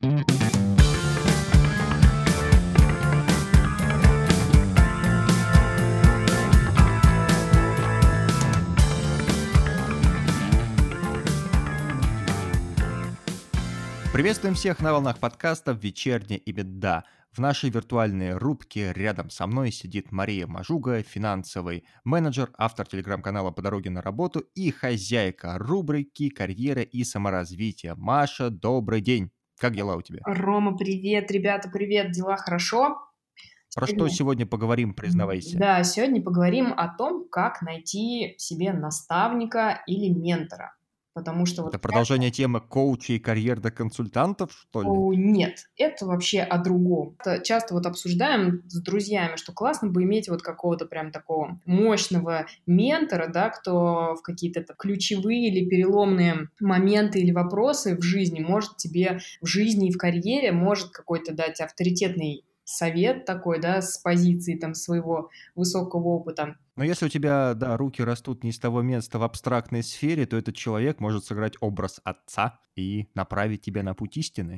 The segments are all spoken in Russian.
Приветствуем всех на волнах подкаста «Вечерняя и беда». В нашей виртуальной рубке рядом со мной сидит Мария Мажуга, финансовый менеджер, автор телеграм-канала «По дороге на работу» и хозяйка рубрики «Карьера и саморазвитие». Маша, добрый день. Как дела у тебя? Рома, привет, ребята, привет, дела хорошо? Про что сегодня поговорим, признавайся? Да, сегодня поговорим о том, как найти себе наставника или ментора. Потому что Это продолжение темы коучей и карьерных консультантов, что ли? Нет, это вообще о другом. Часто обсуждаем с друзьями, что классно бы иметь какого-то прям такого мощного ментора, да, кто в какие-то ключевые или переломные моменты или вопросы в жизни может тебе в жизни и в карьере может какой-то дать авторитетный совет такой, да, с позиции своего высокого опыта. Но если у тебя, руки растут не с того места в абстрактной сфере, то этот человек может сыграть образ отца и направить тебя на путь истины.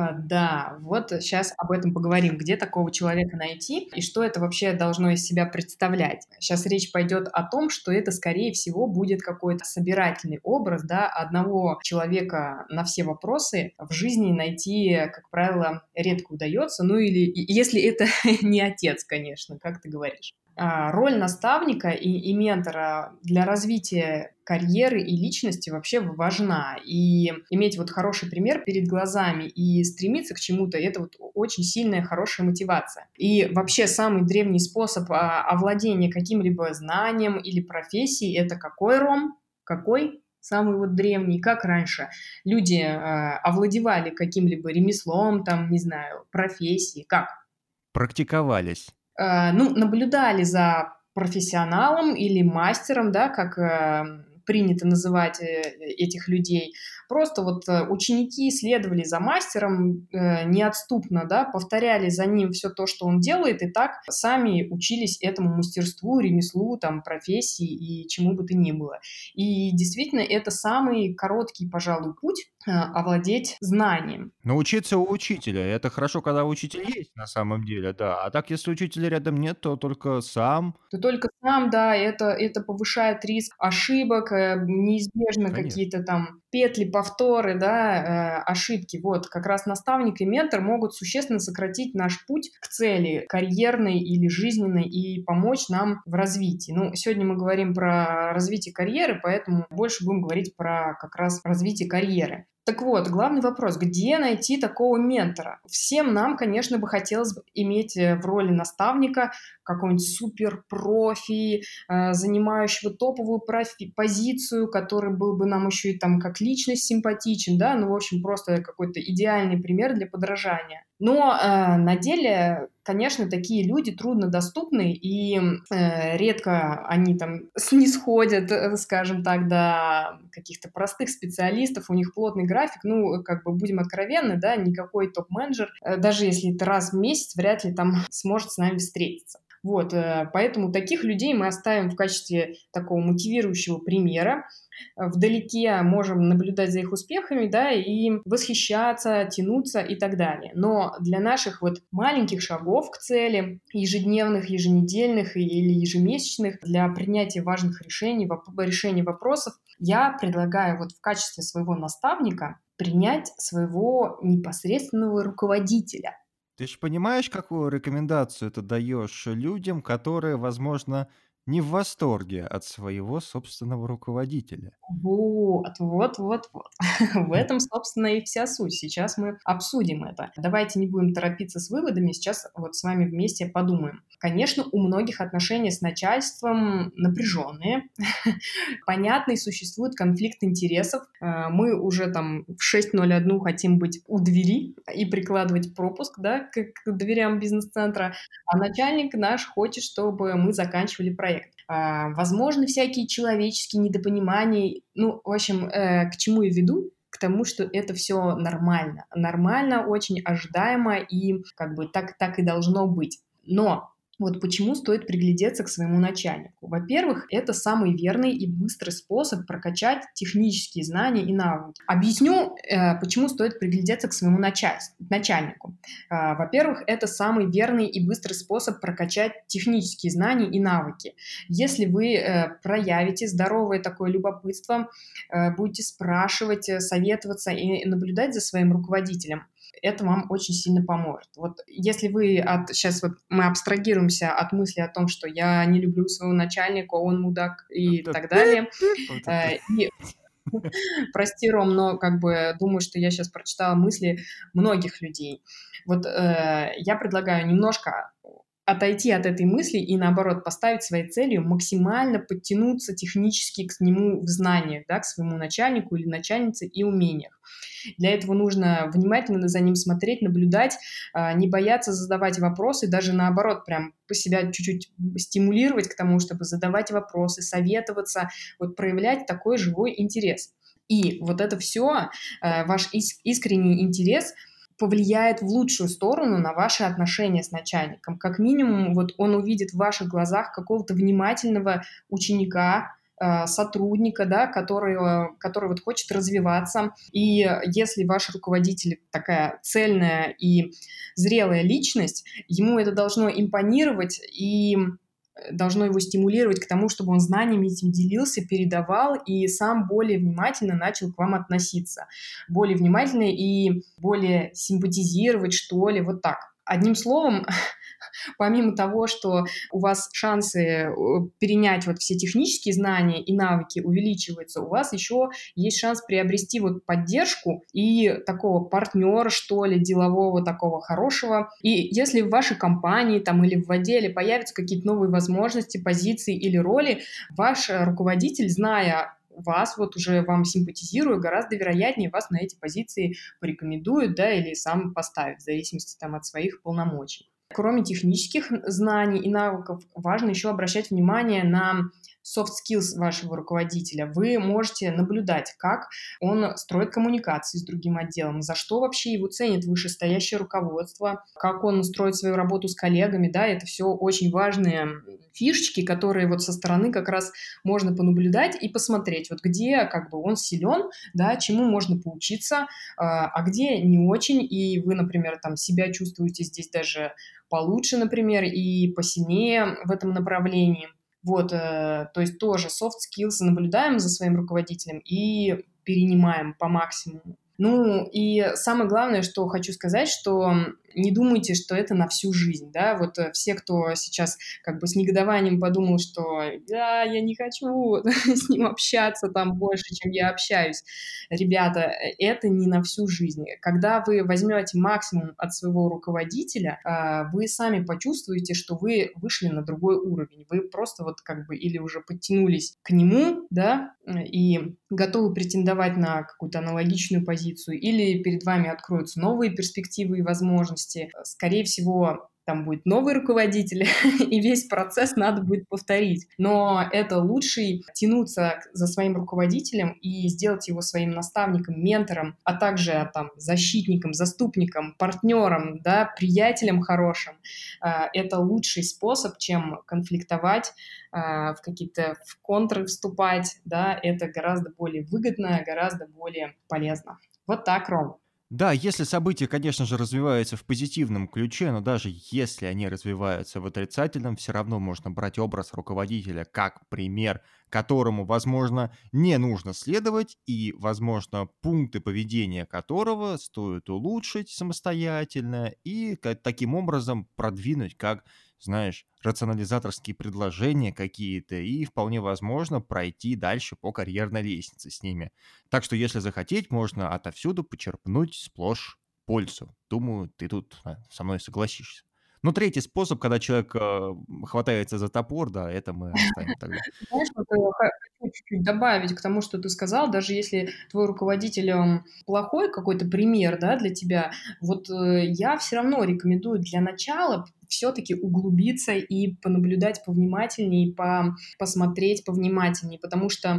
Да, сейчас об этом поговорим, где такого человека найти и что это вообще должно из себя представлять. Сейчас речь пойдет о том, что это, скорее всего, будет какой-то собирательный образ, да, одного человека на все вопросы в жизни найти, как правило, редко удается, или если это не отец, конечно, как ты говоришь. Роль наставника и ментора для развития карьеры и личности вообще важна. И иметь хороший пример перед глазами и стремиться к чему-то — это очень сильная, хорошая мотивация. И вообще самый древний способ овладения каким-либо знанием или профессией — это какой, Ром? Какой? Самый древний, как раньше люди овладевали каким-либо ремеслом, не знаю, профессией, как? Практиковались. Наблюдали за профессионалом или мастером, да, как принято называть этих людей. Просто ученики следовали за мастером неотступно, да, повторяли за ним все то, что он делает, и так сами учились этому мастерству, ремеслу, профессии и чему бы то ни было. И действительно, это самый короткий, пожалуй, путь овладеть знанием. Научиться у учителя. Это хорошо, когда учитель есть на самом деле, да. А так, если учителя рядом нет, то только сам. Ты только сам, да, это повышает риск ошибок, неизбежно Конечно. какие-то петли, повторы, да, ошибки. Как раз наставник и ментор могут существенно сократить наш путь к цели карьерной или жизненной и помочь нам в развитии. Сегодня мы говорим про развитие карьеры, поэтому больше будем говорить про как раз развитие карьеры. Так вот, главный вопрос: где найти такого ментора? Всем нам, конечно, бы хотелось иметь в роли наставника какого-нибудь суперпрофи, занимающего топовую позицию, который был бы нам еще и как личность симпатичен, да, в общем, просто какой-то идеальный пример для подражания. Но на деле, конечно, такие люди труднодоступны, и редко они снисходят, скажем так, до каких-то простых специалистов, у них плотный график, будем откровенны, да, никакой топ-менеджер, даже если это раз в месяц, вряд ли сможет с нами встретиться. Поэтому таких людей мы оставим в качестве такого мотивирующего примера. Вдалеке можем наблюдать за их успехами, да, и восхищаться, тянуться и так далее. Но для наших маленьких шагов к цели, ежедневных, еженедельных или ежемесячных, для принятия важных решений, решения вопросов, я предлагаю в качестве своего наставника принять своего непосредственного руководителя. Ты же понимаешь, какую рекомендацию ты даешь людям, которые, возможно, не в восторге от своего собственного руководителя? Вот. В этом, собственно, и вся суть. Сейчас мы обсудим это. Давайте не будем торопиться с выводами, сейчас с вами вместе подумаем. Конечно, у многих отношения с начальством напряженные. Понятно, и существует конфликт интересов. Мы уже в 6:01 хотим быть у двери и прикладывать пропуск, да, к дверям бизнес-центра, а начальник наш хочет, чтобы мы заканчивали проект. Возможно, всякие человеческие недопонимания. В общем, к чему я веду? К тому, что это все нормально. Нормально, очень ожидаемо и так и должно быть. Но Вот почему стоит приглядеться к своему начальнику. Во-первых, это самый верный и быстрый способ прокачать технические знания и навыки. Объясню, почему стоит приглядеться к своему начальнику. Во-первых, это самый верный и быстрый способ прокачать технические знания и навыки. Если вы проявите здоровое такое любопытство, будете спрашивать, советоваться и наблюдать за своим руководителем, это вам очень сильно поможет. Вот если сейчас вот мы абстрагируемся от мысли о том, что я не люблю своего начальника, он мудак и так далее. И прости, Ром, но как бы думаю, что я сейчас прочитала мысли многих людей. Вот я предлагаю немножко отойти от этой мысли и, наоборот, поставить своей целью максимально подтянуться технически к нему в знаниях, да, к своему начальнику или начальнице и умениях. Для этого нужно внимательно за ним смотреть, наблюдать, не бояться задавать вопросы, даже наоборот, прям себя чуть-чуть стимулировать к тому, чтобы задавать вопросы, советоваться, вот проявлять такой живой интерес. И вот это все, ваш искренний интерес повлияет в лучшую сторону на ваши отношения с начальником. Как минимум, вот он увидит в ваших глазах какого-то внимательного ученика, сотрудника, да, который вот хочет развиваться. И если ваш руководитель такая цельная и зрелая личность, ему это должно импонировать и должно его стимулировать к тому, чтобы он знаниями этим делился, передавал и сам более внимательно начал к вам относиться. Более внимательно и более симпатизировать, что ли, вот так. Одним словом, помимо того, что у вас шансы перенять вот все технические знания и навыки увеличиваются, у вас еще есть шанс приобрести вот поддержку и такого партнера, что ли, делового такого хорошего. И если в вашей компании там или в отделе появятся какие-то новые возможности, позиции или роли, ваш руководитель, зная вас, вот уже вам симпатизируя, гораздо вероятнее вас на эти позиции порекомендует, да, или сам поставит, в зависимости там от своих полномочий. Кроме технических знаний и навыков, важно еще обращать внимание на soft skills вашего руководителя. Вы можете наблюдать, как он строит коммуникации с другим отделом, за что вообще его ценит вышестоящее руководство, как он строит свою работу с коллегами, да, это все очень важные фишечки, которые вот со стороны как раз можно понаблюдать и посмотреть, вот где как бы он силен, да, чему можно поучиться, а где не очень, и вы, например, там себя чувствуете здесь даже получше, например, и посильнее в этом направлении. Вот, то есть тоже soft skills наблюдаем за своим руководителем и перенимаем по максимуму. Ну, и самое главное, что хочу сказать, что не думайте, что это на всю жизнь, да, вот все, кто сейчас как бы с негодованием подумал, что да, я не хочу с ним общаться там больше, чем я общаюсь. Ребята, это не на всю жизнь. Когда вы возьмете максимум от своего руководителя, вы сами почувствуете, что вы вышли на другой уровень. Вы просто вот как бы или уже подтянулись к нему, да, и готовы претендовать на какую-то аналогичную позицию, или перед вами откроются новые перспективы и возможности. Скорее всего, там будет новый руководитель, и весь процесс надо будет повторить. Но это лучше тянуться за своим руководителем и сделать его своим наставником, ментором, а также там защитником, заступником, партнером, да, приятелем хорошим. Это лучший способ, чем конфликтовать, в какие-то контры вступать, да, это гораздо более выгодно, гораздо более полезно. Вот так, Ром. Да, если события, конечно же, развиваются в позитивном ключе, но даже если они развиваются в отрицательном, все равно можно брать образ руководителя как пример, которому, возможно, не нужно следовать, и, возможно, пункты поведения которого стоит улучшить самостоятельно и таким образом продвинуть как, знаешь, рационализаторские предложения какие-то, и вполне возможно пройти дальше по карьерной лестнице с ними. Так что, если захотеть, можно отовсюду почерпнуть сплошь пользу. Думаю, ты тут со мной согласишься. Ну, третий способ, когда человек хватается за топор, да, это мы оставим тогда. Знаешь, вот хочу чуть-чуть добавить к тому, что ты сказал, даже если твой руководитель плохой какой-то пример, да, для тебя, вот я все равно рекомендую для начала все-таки углубиться и понаблюдать повнимательнее, посмотреть повнимательнее, потому что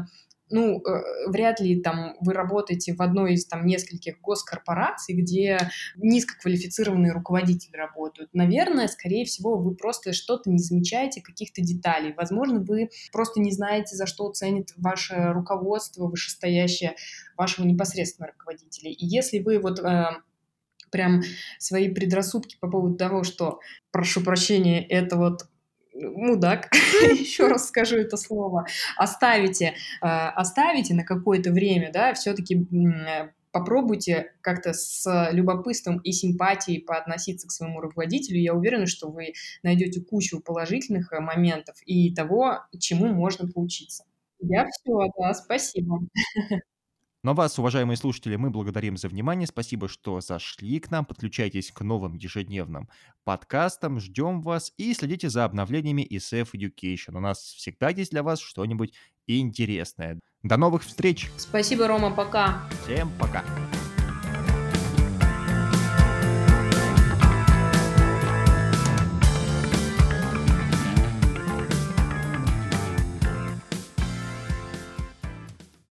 вряд ли там вы работаете в одной из там нескольких госкорпораций, где низкоквалифицированные руководители работают. Наверное, скорее всего, вы просто что-то не замечаете, каких-то деталей. Возможно, вы просто не знаете, за что ценит ваше руководство вышестоящее вашего непосредственного руководителя. И если вы прям свои предрассудки по поводу того, что, прошу прощения, это мудак, еще раз скажу это слово, оставите на какое-то время, да, все-таки попробуйте как-то с любопытством и симпатией поотноситься к своему руководителю. Я уверена, что вы найдете кучу положительных моментов и того, чему можно поучиться. Я все, да, спасибо. Но вас, уважаемые слушатели, мы благодарим за внимание. Спасибо, что зашли к нам. Подключайтесь к новым ежедневным подкастам. Ждем вас и следите за обновлениями из Self Education. У нас всегда есть для вас что-нибудь интересное. До новых встреч. Спасибо, Рома, пока. Всем пока.